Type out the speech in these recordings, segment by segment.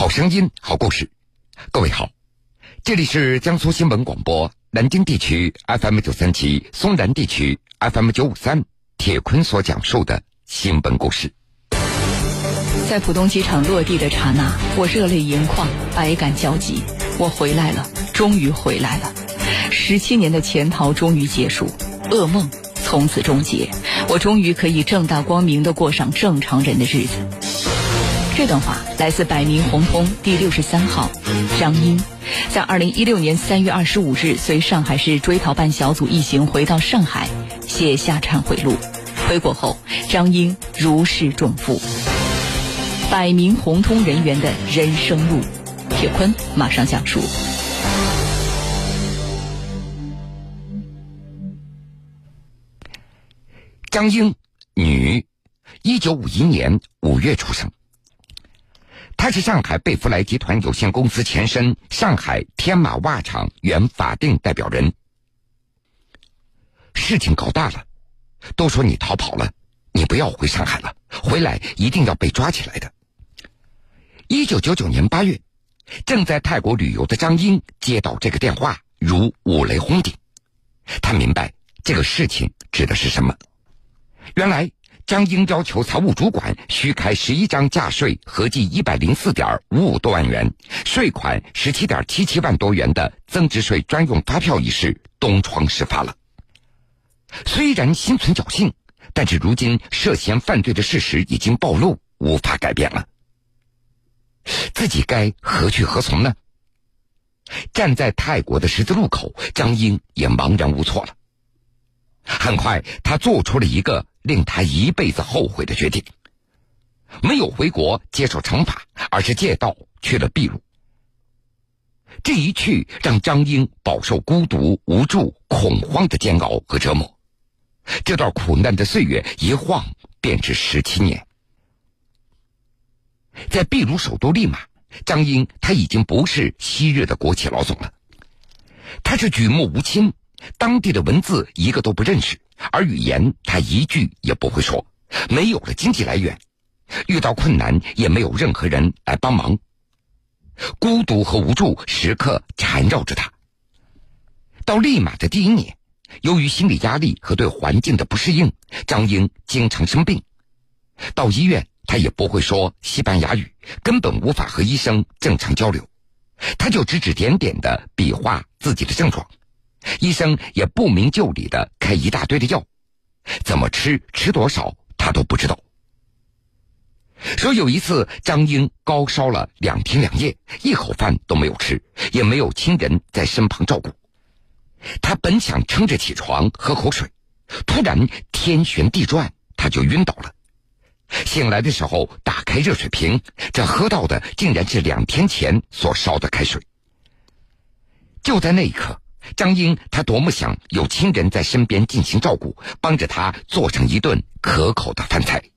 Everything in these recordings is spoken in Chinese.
好声音，好故事。各位好，这里是江苏新闻广播南京地区 FM937， 松南地区 FM953， 铁坤所讲述的新闻故事。 在浦东机场落地的刹那，我热泪盈眶，百感交集。我回来了，终于回来了。17年的潜逃终于结束，噩梦从此终结，我终于可以正大光明地过上正常人的日子。这段话来自百名红通第63号张英，在2016年3月25日随上海市追逃办小组一行回到上海，写下忏悔录。回国后，张英如释重负。百名红通人员的人生路，铁坤马上讲述。 张英，女，1951年5月出生。她是上海贝弗莱集团有限公司前身上海天马袜厂原法定代表人。事情搞大了，都说你逃跑了，你不要回上海了，回来一定要被抓起来的。1999年8月，正在泰国旅游的张英接到这个电话，如五雷轰顶。他明白这个事情指的是什么。原来张英要求财务主管虚开11张价税合计104.55多万元，税款17.77万多元的增值税专用发票一事东窗事发了。虽然心存侥幸，但是如今涉嫌犯罪的事实已经暴露，无法改变了。自己该何去何从呢？站在泰国的十字路口，张英也茫然无措了。很快他做出了一个令他一辈子后悔的决定，没有回国接受惩罚，而是借道去了秘鲁。这一去让张英饱受孤独、无助、恐慌的煎熬和折磨。这段苦难的岁月一晃便是17年。在秘鲁首都利马，张英他已经不是昔日的国企老总了，他是举目无亲，当地的文字一个都不认识，而语言他一句也不会说，没有了经济来源，遇到困难也没有任何人来帮忙，孤独和无助时刻缠绕着他。到利马的第1年，由于心理压力和对环境的不适应，张英经常生病。到医院他也不会说西班牙语，根本无法和医生正常交流，他就指指点点地比划自己的症状，医生也不明就里地开一大堆的药，怎么吃多少他都不知道。说有一次张英高烧了2天2夜，一口饭都没有吃，也没有亲人在身旁照顾。他本想撑着起床喝口水，突然天旋地转，他就晕倒了。醒来的时候打开热水瓶，这喝到的竟然是2天前所烧的开水。就在那一刻，张英他多么想有亲人在身边进行照顾，帮着他做上一顿可口的饭菜。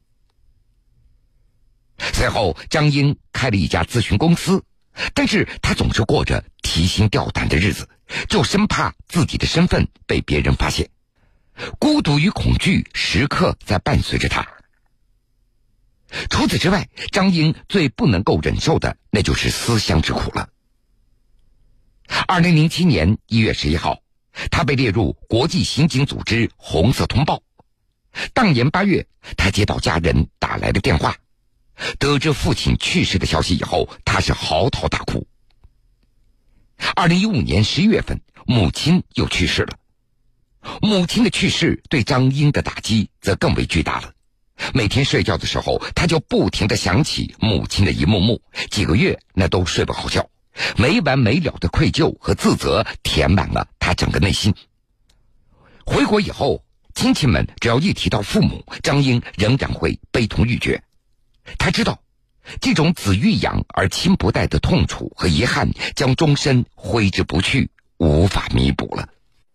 随后张英开了一家咨询公司，但是他总是过着提心吊胆的日子，就生怕自己的身份被别人发现，孤独与恐惧时刻在伴随着他。除此之外，张英最不能够忍受的那就是思乡之苦了。2007年1月11号，他被列入国际刑警组织红色通报。当年8月，他接到家人打来的电话，得知父亲去世的消息以后，他是嚎啕大哭。2015年11月份，母亲又去世了。母亲的去世对张英的打击则更为巨大了。每天睡觉的时候，他就不停地想起母亲的一幕幕，几个月那都睡不好觉，没完没了的愧疚和自责填满了他整个内心。回国以后，亲戚们只要一提到父母，张英仍然会悲痛欲绝。他知道这种子欲养而亲不待的痛楚和遗憾将终身挥之不去，无法弥补了。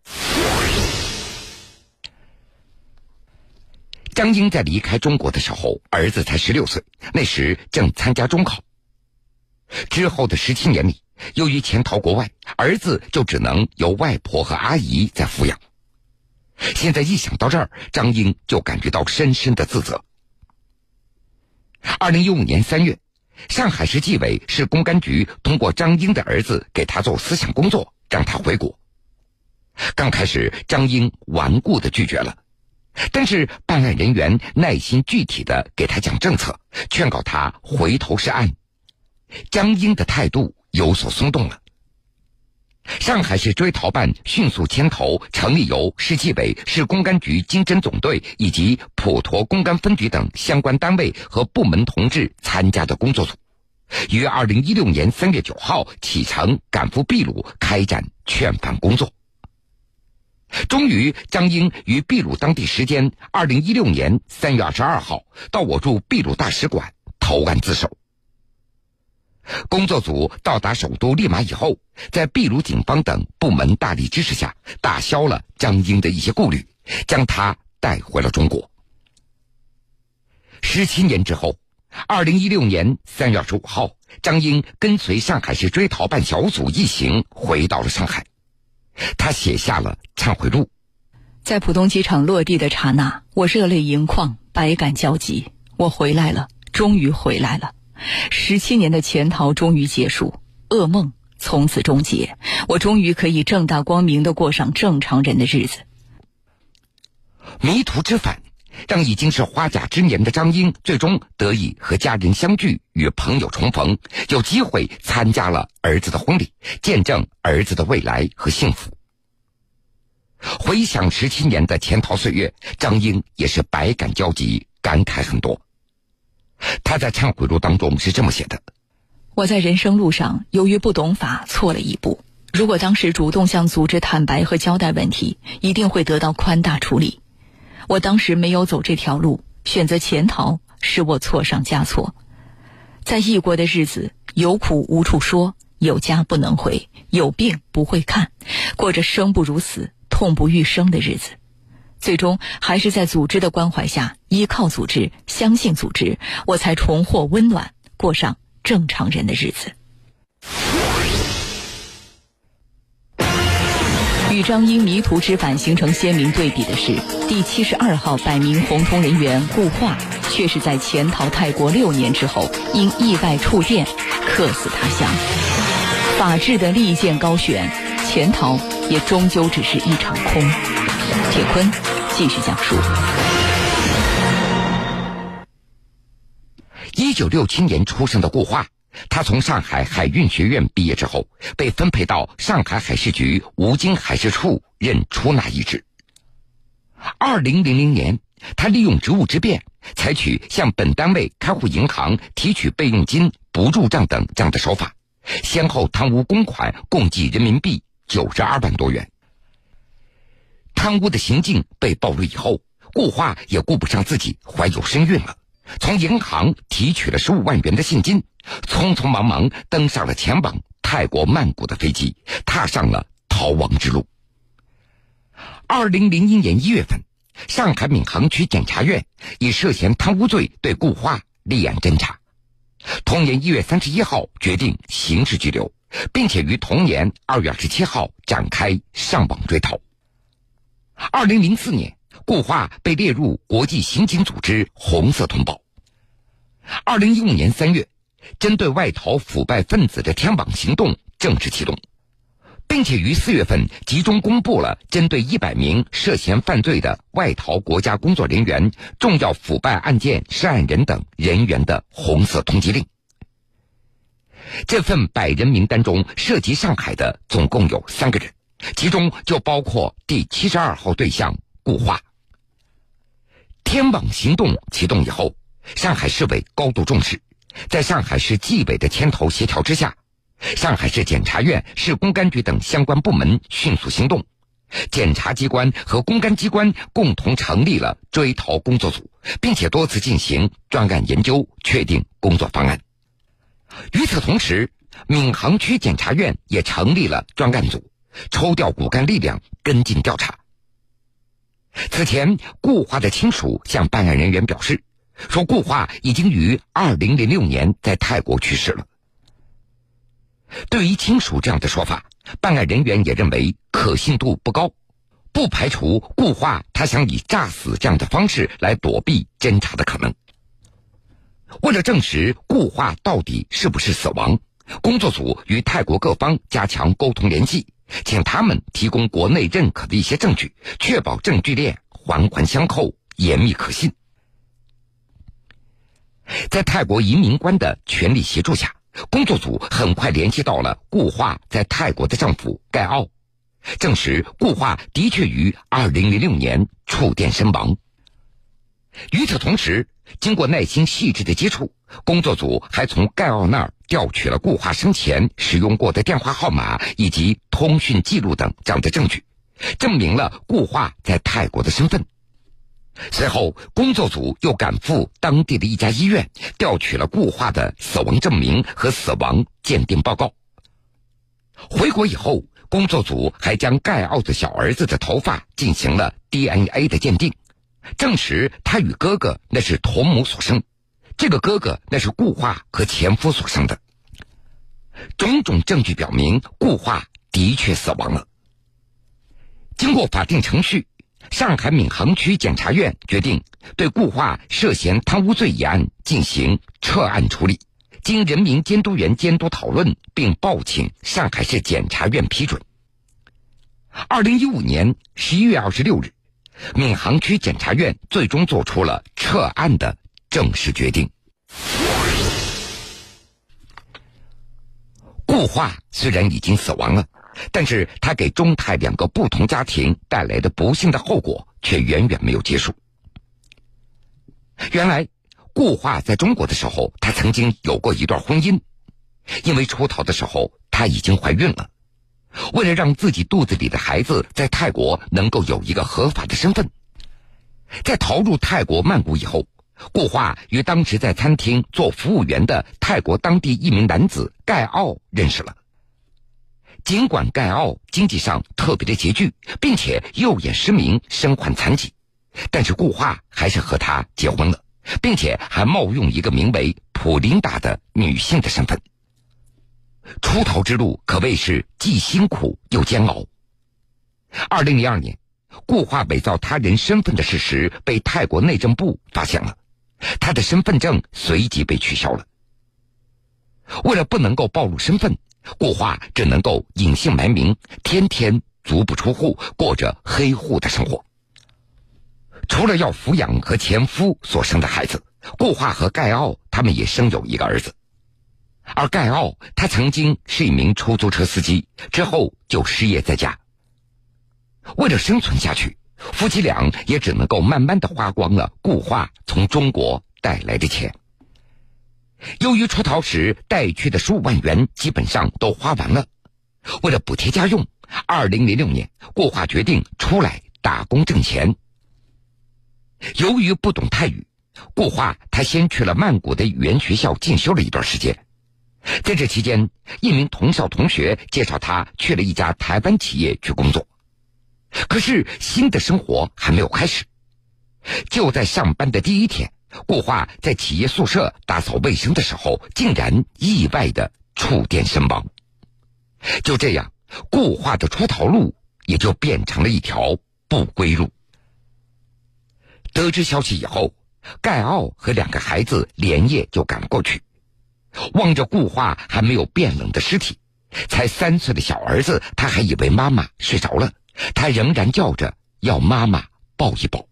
张英在离开中国的时候，儿子才16岁，那时正参加中考。之后的17年里，由于潜逃国外，儿子就只能由外婆和阿姨在抚养。现在一想到这儿，张英就感觉到深深的自责。2015年3月， 上海市纪委市公安局通过张英的儿子给他做思想工作，让他回国。刚开始，张英顽固地拒绝了，但是办案人员耐心具体地给他讲政策，劝告他回头是岸。张英的态度有所松动了。上海市追逃办迅速牵头成立由市纪委、市公安局经侦总队以及普陀公安分局等相关单位和部门同志参加的工作组，于2016年3月9号启程赶赴秘鲁开展劝返工作。终于，张英于秘鲁当地时间2016年3月22号到我驻秘鲁大使馆投案自首。工作组到达首都利马以后，在秘鲁警方等部门大力支持下，打消了张英的一些顾虑，将他带回了中国。17年之后，2016年3月25号，张英跟随上海市追逃办小组一行回到了上海。他写下了忏悔录。 在浦东机场落地的刹那，我热泪盈眶，百感交集。我回来了，终于回来了。17年的潜逃终于结束，噩梦从此终结，我终于可以正大光明地过上正常人的日子。 迷途知返，让已经是花甲之年的张英最终得以和家人相聚，与朋友重逢，有机会参加了儿子的婚礼，见证儿子的未来和幸福。回想17年的潜逃岁月，张英也是百感交集，感慨很多。他在忏悔录当中是这么写的： 我在人生路上由于不懂法错了一步，如果当时主动向组织坦白和交代问题，一定会得到宽大处理。我当时没有走这条路，选择潜逃，使我错上加错。在异国的日子，有苦无处说，有家不能回，有病不会看，过着生不如死、痛不欲生的日子。最终还是在组织的关怀下，依靠组织，相信组织，我才重获温暖，过上正常人的日子。与张英迷途知返形成鲜明对比的是，第72号百名红通人员顾化却是在潜逃泰国6年之后，因意外触电客死他乡。法治的利剑高悬，潜逃也终究只是一场空。铁坤继续讲述。 1967年出生的顾化，他从上海海运学院毕业之后，被分配到上海海事局吴京海事处任出纳一职。2000年，他利用职务之便，采取向本单位开户银行提取备用金、不入账等这样的手法，先后贪污公款共计人民币92万多元。贪污的行径被暴露以后，顾化也顾不上自己怀有身孕了，从银行提取了15万元的现金，匆匆忙忙登上了前往泰国曼谷的飞机，踏上了逃亡之路。2001年1月份，上海闵行区检察院以涉嫌贪污罪对顾化立案侦查，同年1月31号决定刑事拘留，并且于同年2月27号展开上网追逃。2004年，顾化被列入国际刑警组织红色通报。2015年3月，针对外逃腐败分子的天网行动正式启动，并且于4月份集中公布了针对100名涉嫌犯罪的外逃国家工作人员、重要腐败案件涉案人等人员的红色通缉令。这份100人名单中涉及上海的总共有3个人，其中就包括第72号对象顾化。天网行动启动以后，上海市委高度重视，在上海市纪委的牵头协调之下，上海市检察院、市公安局等相关部门迅速行动，检察机关和公安机关共同成立了追逃工作组，并且多次进行专案研究，确定工作方案。与此同时，闵行区检察院也成立了专案组，抽调骨干力量跟进调查。此前，顾化的亲属向办案人员表示，说顾化已经于2006年在泰国去世了。对于亲属这样的说法，办案人员也认为可信度不高，不排除顾化他想以诈死这样的方式来躲避侦查的可能。 为了证实顾化到底是不是死亡，工作组与泰国各方加强沟通联系，请他们提供国内认可的一些证据，确保证据链环环相扣，严密可信。在泰国移民官的全力协助下，工作组很快联系到了顾化在泰国的丈夫盖奥，证实顾化的确于2006年触电身亡。与此同时，经过耐心细致的接触，工作组还从盖奥那儿调取了顾化生前使用过的电话号码以及通讯记录等这样的证据，证明了顾化在泰国的身份。随后，工作组又赶赴当地的一家医院，调取了顾化的死亡证明和死亡鉴定报告。回国以后，工作组还将盖奥的小儿子的头发进行了 DNA 的鉴定，证实他与哥哥那是同母所生，这个哥哥那是顾化和前夫所生的。种种证据表明顾化的确死亡了。经过法定程序，上海闵行区检察院决定对顾化涉嫌贪污罪一案进行撤案处理，经人民监督员监督讨论并报请上海市检察院批准。2015年11月26日，闵行区检察院最终做出了撤案的正式决定。顾化虽然已经死亡了，但是他给中泰两个不同家庭带来的不幸的后果却远远没有结束。原来顾化在中国的时候，他曾经有过一段婚姻，因为出逃的时候她已经怀孕了。为了让自己肚子里的孩子在泰国能够有一个合法的身份，在逃入泰国曼谷以后，顾化与当时在餐厅做服务员的泰国当地一名男子盖奥认识了。尽管盖奥经济上特别的拮据，并且右眼失明，身患残疾，但是顾化还是和他结婚了，并且还冒用一个名为普琳达的女性的身份。出逃之路可谓是既辛苦又煎熬。2002年，顾化伪造他人身份的事实被泰国内政部发现了，他的身份证随即被取消了。为了不能够暴露身份，顾化只能够隐姓埋名，天天足不出户，过着黑户的生活。除了要抚养和前夫所生的孩子，顾化和盖奥他们也生有一个儿子。而盖奥他曾经是一名出租车司机，之后就失业在家。为了生存下去，夫妻俩也只能够慢慢的花光了顾化从中国带来的钱。由于出逃时带去的15万元基本上都花完了，为了补贴家用，2006年顾化决定出来打工挣钱。由于不懂泰语，顾化他先去了曼谷的语言学校进修了一段时间。在这期间，一名同校同学介绍他去了一家台湾企业去工作。可是新的生活还没有开始，就在上班的第一天，顾化在企业宿舍打扫卫生的时候，竟然意外的触电身亡。就这样，顾化的出逃路也就变成了一条不归路。得知消息以后，盖奥和2个孩子连夜就赶了过去。望着顾化还没有变冷的尸体，才3岁的小儿子他还以为妈妈睡着了，他仍然叫着要妈妈抱一抱。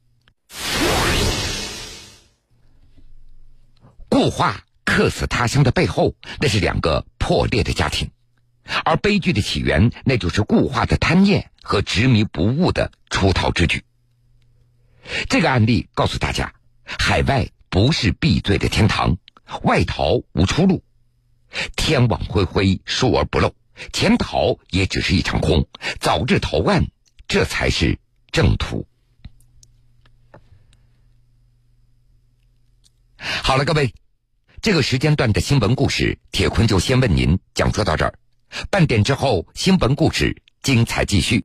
顾化客死他乡的背后，那是2个破裂的家庭，而悲剧的起源，那就是顾化的贪念和执迷不悟的出逃之举。这个案例告诉大家，海外不是避罪的天堂，外逃无出路，天网恢恢，疏而不漏，潜逃也只是一场空，早日投案，这才是正途。好了，各位，这个时间段的新闻故事，铁坤就先为您讲述到这儿。半点之后，新闻故事精彩继续。